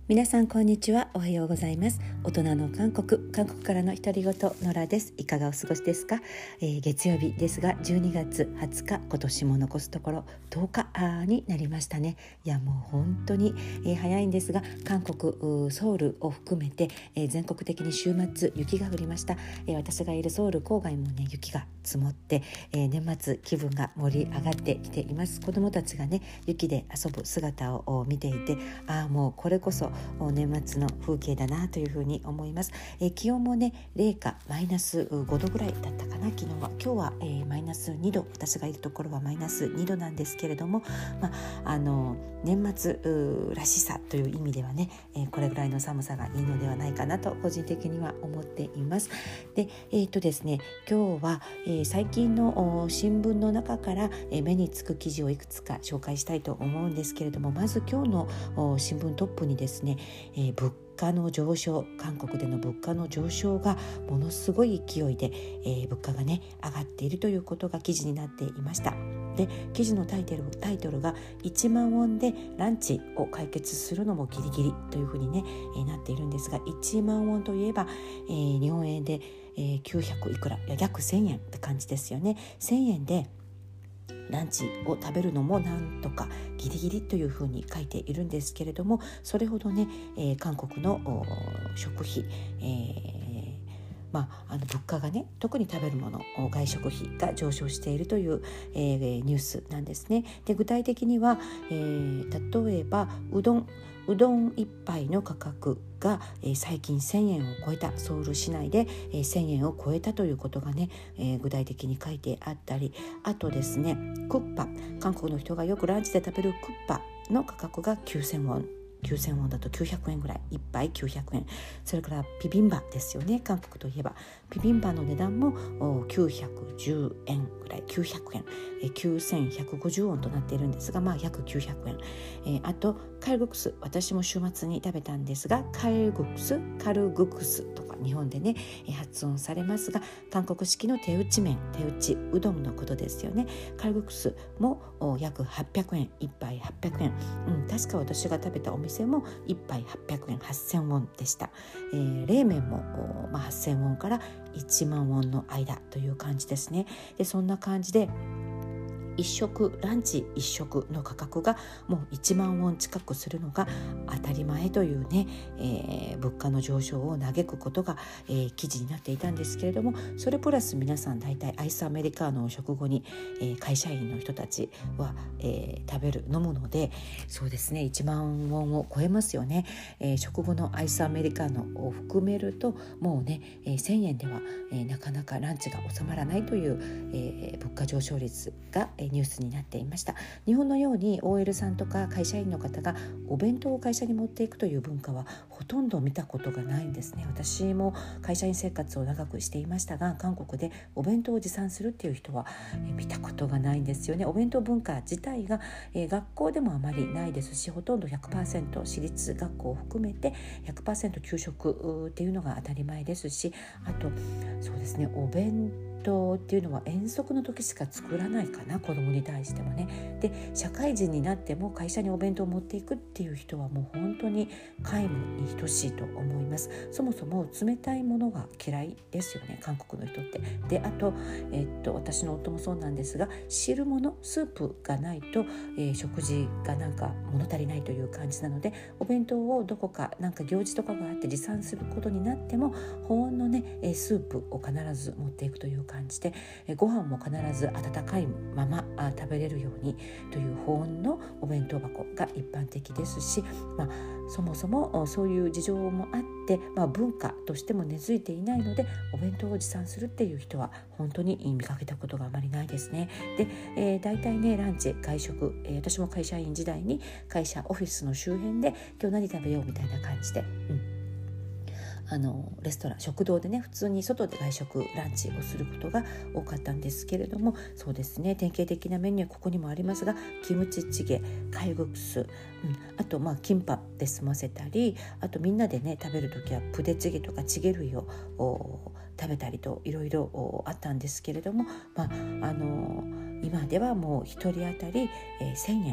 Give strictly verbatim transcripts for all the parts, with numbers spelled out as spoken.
皆さんこんにちは。おはようございます。大人の韓国韓国からの独り言ノラです。いかがお過ごしですか？えー、月曜日ですがじゅうにがつはつか、今年も残すところとおかになりましたね。いやもう本当に、えー、早いんですが、韓国ソウルを含めて、えー、全国的に週末雪が降りました。えー、私がいるソウル郊外もね雪が積もって、えー、年末気分が盛り上がってきています。子どもたちがね雪で遊ぶ姿を見ていて、ああもうこれこそ年末の風景だなというふうに思います。えー、気温もね零下マイナスごどぐらいだったかな。昨日は今日は、えー、マイナスにど、私がいるところはマイナスにどなんですけれども、まあ、あの年末らしさという意味ではね、えー、これぐらいの寒さがいいのではないかなと個人的には思っています。で、えーとですね、今日は、えー、最近の新聞の中から、えー、目につく記事をいくつか紹介したいと思うんですけれども、まず今日の新聞トップにですね、えー、物価の上昇、韓国での物価の上昇がものすごい勢いで、えー、物価がね上がっているということが記事になっていました。で、記事のタイトル、タイトルがいちまんウォンでランチを解決するのもギリギリというふうにね、えー、なっているんですが、いちまんウォンといえば、えー、日本円で、えー、きゅうひゃくいくら、いや約せんえんって感じですよね。せんえんでランチを食べるのもなんとかギリギリというふうに書いているんですけれども、それほどね、えー、韓国の食費、えーまあ、あの物価がね、特に食べるもの、外食費が上昇しているという、えー、ニュースなんですね。で、具体的には、えー、例えばうどんうどん一杯の価格が、えー、最近せんえんを超えた、ソウル市内で、えー、せんえんを超えたということがね、えー、具体的に書いてあったり、あとですね、クッパ、韓国の人がよくランチで食べるクッパの価格がきゅうせんウォン、きゅうせんウォンだときゅうひゃくえんぐらい、いっぱいきゅうひゃくえん。それからビビンバですよね。韓国といえばビビンバの値段もきゅうひゃくじゅうえんぐらい、きゅうひゃくえん、えきゅうせんひゃくごじゅうウォンとなっているんですが、まあ約きゅうひゃくえん。えー、あとカルグクス、私も週末に食べたんですが、カルグクスカルグクスとか日本でね発音されますが、韓国式の手打ち麺、手打ちうどんのことですよね。カルグクスも約はっぴゃくえん、いっぱいはっぴゃくえん、うん、確か私が食べたお店もいっぱいはっぴゃくえん、はっせんウォンでした。えー、冷麺も、まあ、はっせんウォンからいちまんウォンの間という感じですね。で、そんな感じで一食、ランチ一食の価格がもういちまんウォン近くするのが当たり前というね、えー、物価の上昇を嘆くことが、えー、記事になっていたんですけれども、それプラス皆さん大体アイスアメリカーノを食後に、えー、会社員の人たちは、えー、食べる飲むので、そうですね、いちまんウォンを超えますよね。えー、食後のアイスアメリカーノを含めるともうね、えー、せんえんでは、えー、なかなかランチが収まらないという、えー、物価上昇率が、えーニュースになっていました。日本のように オーエル さんとか会社員の方がお弁当を会社に持っていくという文化はほとんど見たことがないんですね。私も会社員生活を長くしていましたが、韓国でお弁当を持参するっていう人は見たことがないんですよね。お弁当文化自体が、えー、学校でもあまりないですし、ほとんど ひゃくパーセント 私立学校を含めて ひゃくパーセント 給食っていうのが当たり前ですし、あとそうですね、お弁当っていうのは遠足の時しか作らないかな、子供に対してもね。で、社会人になっても会社にお弁当を持っていくっていう人はもう本当に皆無に等しいと思います。そもそも冷たいものが嫌いですよね、韓国の人って。で、あと、えっと、私の夫もそうなんですが、汁物スープがないと、えー、食事がなんか物足りないという感じなので、お弁当をどこかなんか行事とかがあって持参することになっても保温のねスープを必ず持っていくという感じで、ご飯も必ず温かいまま食べれるようにという保温のお弁当箱が一般的ですし、まあ、そもそもそういう事情もあって、まあ、文化としても根付いていないので、お弁当を持参するっていう人は本当に見かけたことがあまりないですね。で、えー、大体ねランチ外食、えー、私も会社員時代に会社オフィスの周辺で今日何食べようみたいな感じで、うんあのレストラン、食堂でね普通に外で外食ランチをすることが多かったんですけれども、そうですね、典型的なメニューはここにもありますが、キムチチゲ、カイグクス、うん、あとまあキンパで済ませたり、あとみんなでね食べるときはプデチゲとかチゲ類を食べたりといろいろあったんですけれども、まああの今ではもうひとり当たり、えー、せんえん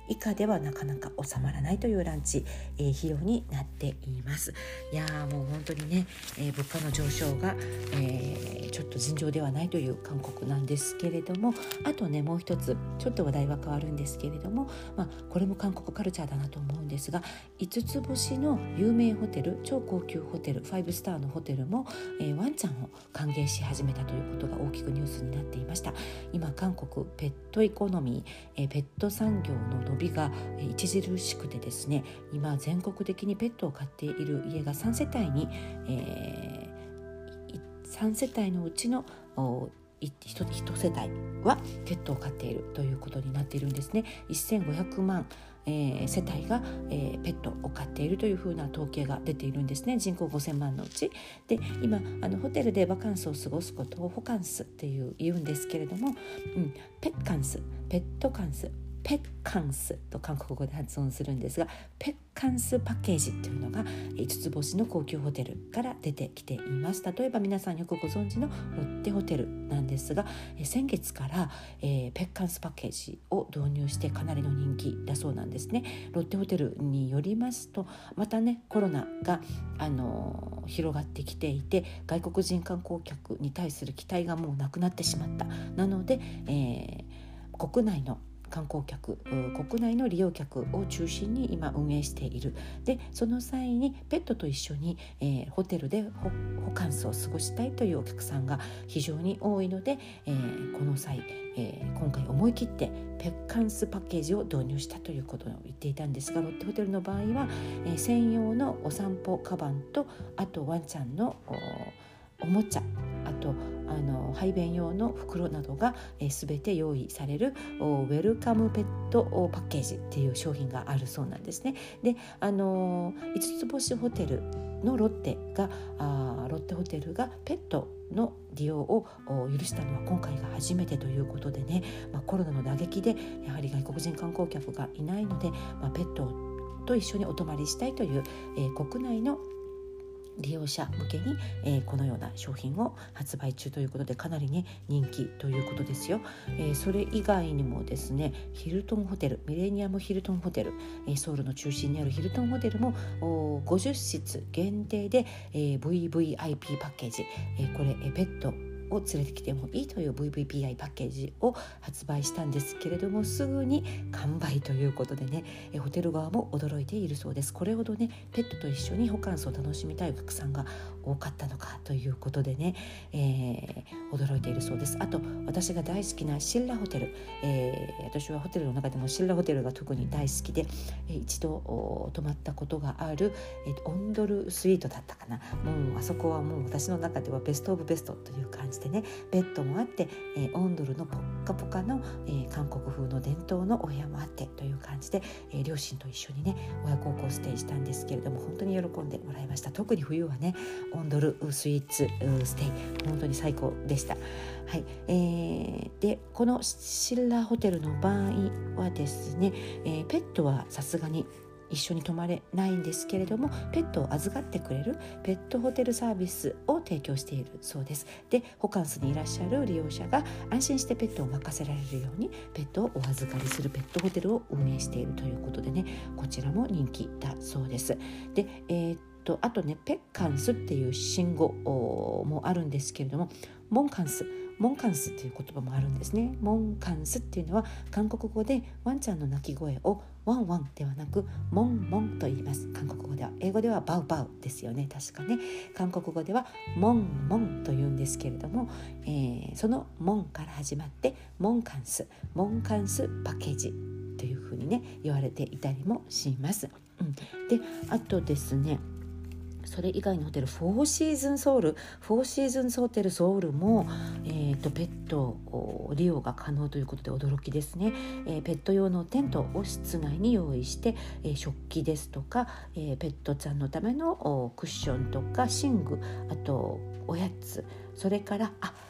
以下ではなかなか収まらないというランチ、えー、費用になっています。いやーもう本当にね、えー、物価の上昇が、えー、ちょっと尋常ではないという韓国なんですけれども、あとねもう一つちょっと話題は変わるんですけれども、まあ、これも韓国カルチャーだなと思うんですが、いつつ星の有名ホテル、超高級ホテル、ファイブスターのホテルも、えー、ワンちゃんを歓迎し始めたということが大きくニュースになっていました。今韓国ペットエコノミー、えー、ペット産業の伸びが、えー、著しくてですね、今全国的にペットを飼っている家がさん世帯に、えー、さん世帯のうちの一世帯はペットを飼っているということになっているんですね。せんごひゃくまん、えー、世帯が、えー、ペットを飼っているというふうな統計が出ているんですね。人口ごせんまんのうちで、今あのホテルでバカンスを過ごすことをホカンスっていう言うんですけれども、うん、ペッカンス、ペットカンス、ペッカンスと韓国語で発音するんですが、ペッカンスパッケージというのがいつつ星の高級ホテルから出てきています。例えば皆さんよくご存知のロッテホテルなんですが、え先月から、えー、ペッカンスパッケージを導入してかなりの人気だそうなんですね。ロッテホテルによりますと、またねコロナが、あのー、広がってきていて、外国人観光客に対する期待がもうなくなってしまった。なので、えー、国内の観光客、国内の利用客を中心に今運営している。でその際にペットと一緒に、えー、ホテルでホホカンスを過ごしたいというお客さんが非常に多いので、えー、この際、えー、今回思い切ってペッカンスパッケージを導入したということを言っていたんですが、ロッテホテルの場合は、えー、専用のお散歩カバンと、あとワンちゃんの お, おもちゃ、あとあの排便用の袋などが、えー、全て用意されるウェルカムペットパッケージっていう商品があるそうなんですね。で、あのー、いつつ星ホテルのロッテがあロッテホテルがペットの利用を許したのは今回が初めてということでね、まあ、コロナの打撃でやはり外国人観光客がいないので、まあ、ペットと一緒にお泊まりしたいという、えー、国内の利用者向けに、えー、このような商品を発売中ということで、かなりね人気ということですよ。えー、それ以外にもですね、ヒルトンホテル、ミレニアムヒルトンホテル、えー、ソウルの中心にあるヒルトンホテルもごじゅっしつ限定で、えー、ブイブイアイピー パッケージ、えー、これ、えー、ペットを連れてきてもいいという ブイブイピーアイ パッケージを発売したんですけれども、すぐに完売ということでね、えホテル側も驚いているそうです。これほどねペットと一緒にホカンスを楽しみたいお客さんが多かったのかということでね、えー、驚いているそうです。あと私が大好きなシッラホテル、えー、私はホテルの中でもシッラホテルが特に大好きで、えー、一度泊まったことがある、えー、オンドルスイートだったかな。もうあそこはもう私の中ではベストオブベストという感じでね、ベッドもあって、えー、オンドルのポッカポカの、えー、韓国風の伝統のお部屋もあってという感じで、えー、両親と一緒にね親孝行ステイしたんですけれども、本当に喜んでもらいました。特に冬はねオンドルスイーツステイ本当に最高でした。はい、えー、でこのシッラホテルの場合はですね、えー、ペットはさすがに一緒に泊まれないんですけれども、ペットを預かってくれるペットホテルサービスを提供しているそうです。で、ホカンスにいらっしゃる利用者が安心してペットを任せられるようにペットをお預かりするペットホテルを運営しているということでね、こちらも人気だそうです。で、えーあとねペッカンスっていう新語もあるんですけれども、モンカンスモンカンスっていう言葉もあるんですね。モンカンスっていうのは韓国語でワンちゃんの鳴き声をワンワンではなくモンモンと言います。韓国語では、英語ではバウバウですよね、確かね。韓国語ではモンモンと言うんですけれども、えー、そのモンから始まってモンカンスモンカンスパッケージというふうにね言われていたりもします。うん、であとですね、それ以外のホテル、フォーシーズンソウルフォーシーズンホテルソウルも、えー、とペット利用が可能ということで驚きですね。えー、ペット用のテントを室内に用意して、えー、食器ですとか、えー、ペットちゃんのためのクッションとか寝具、あとおやつ、それからああフォ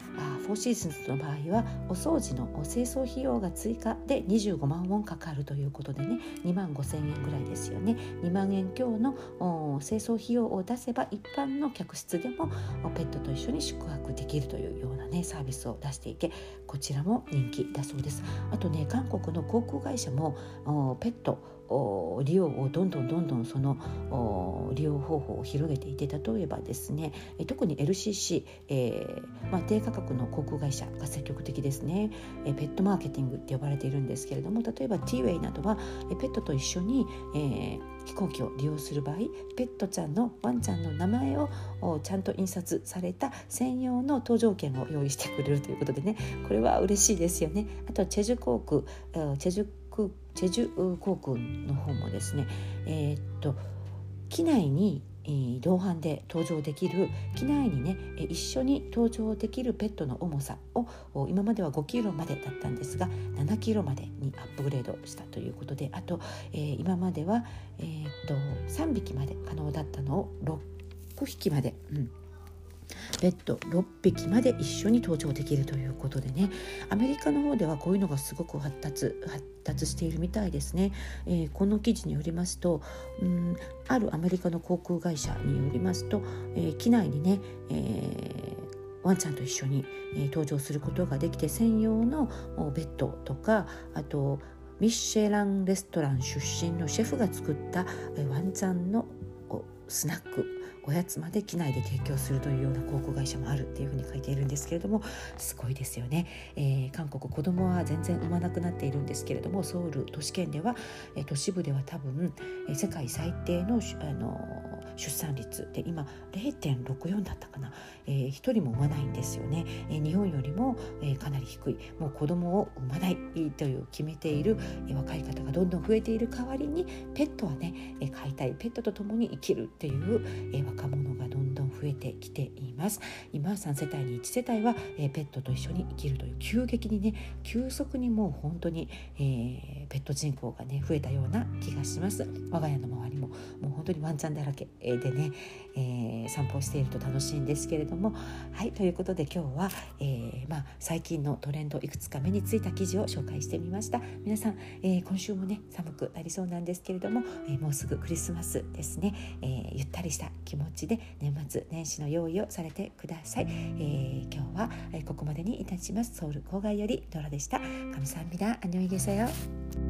フォーシーズンズの場合はお掃除の清掃費用が追加でにじゅうごまんウォンかかるということでね、にまんごせんえんぐらいですよね。にまんえん強の清掃費用を出せば一般の客室でもペットと一緒に宿泊できるというようなねサービスを出していて、こちらも人気だそうです。あとね、韓国の航空会社もペット利用をどんどんどんどんその利用方法を広げていて、例えばですね、特に エルシーシー、えーまあ、低価格の航空会社が積極的ですね。ペットマーケティングって呼ばれているんですけれども、例えば ティーウェイなどはペットと一緒に、えー、飛行機を利用する場合、ペットちゃんのワンちゃんの名前をちゃんと印刷された専用の搭乗券を用意してくれるということでね、これは嬉しいですよね。あとチェジュ航空、チェジュチェジュ航空の方もですね、えー、っと機内に同伴で搭乗できる、機内にね一緒に搭乗できるペットの重さを今まではごキロまでだったんですがななキロまでにアップグレードしたということで、あと、えー、今までは、えー、っとさんびきまで可能だったのをろっぴきまで、うんペットろっぴきまで一緒に搭乗できるということでね、アメリカの方ではこういうのがすごく発達発達しているみたいですね。えー、この記事によりますと、うんあるアメリカの航空会社によりますと、えー、機内にね、えーワンちゃんと一緒に、えー、搭乗することができて、専用のベッドとか、あとミシェランレストラン出身のシェフが作った、えー、ワンちゃんのスナック、おやつまで機内で提供するというような航空会社もあるっていうふうに書いているんですけれども、すごいですよね。えー、韓国子供は全然産まなくなっているんですけれども、ソウル都市圏では、えー、都市部では多分、えー、世界最低の、あのー、出産率で今 れいてんろくよん だったかな、えー、ひとりも産まないんですよね。えー、日本よりも、えー、かなり低い、もう子供を産まないという決めている、えー、若い方がどんどん増えている代わりに、ペットはね、えー、飼いたい、ペットと共に生きるっていう、えー、若者がどんどん増えてきています。今さん世帯にいち世帯は、えー、ペットと一緒に生きるという、急激にね急速にもう本当に、えー、ペット人口がね増えたような気がします。我が家の周りももう本当にワンちゃんだらけでね、えー、散歩していると楽しいんですけれども、はい、ということで今日は、えーまあ、最近のトレンドいくつか目についた記事を紹介してみました。皆さん、えー、今週もね寒くなりそうなんですけれども、えー、もうすぐクリスマスですね。えー、ゆったりした気持ちで年末年始の用意をされてください。えー、今日はここまでにいたします。ソウル郊外よりドラでした。감사합니다。안녕히 계세요。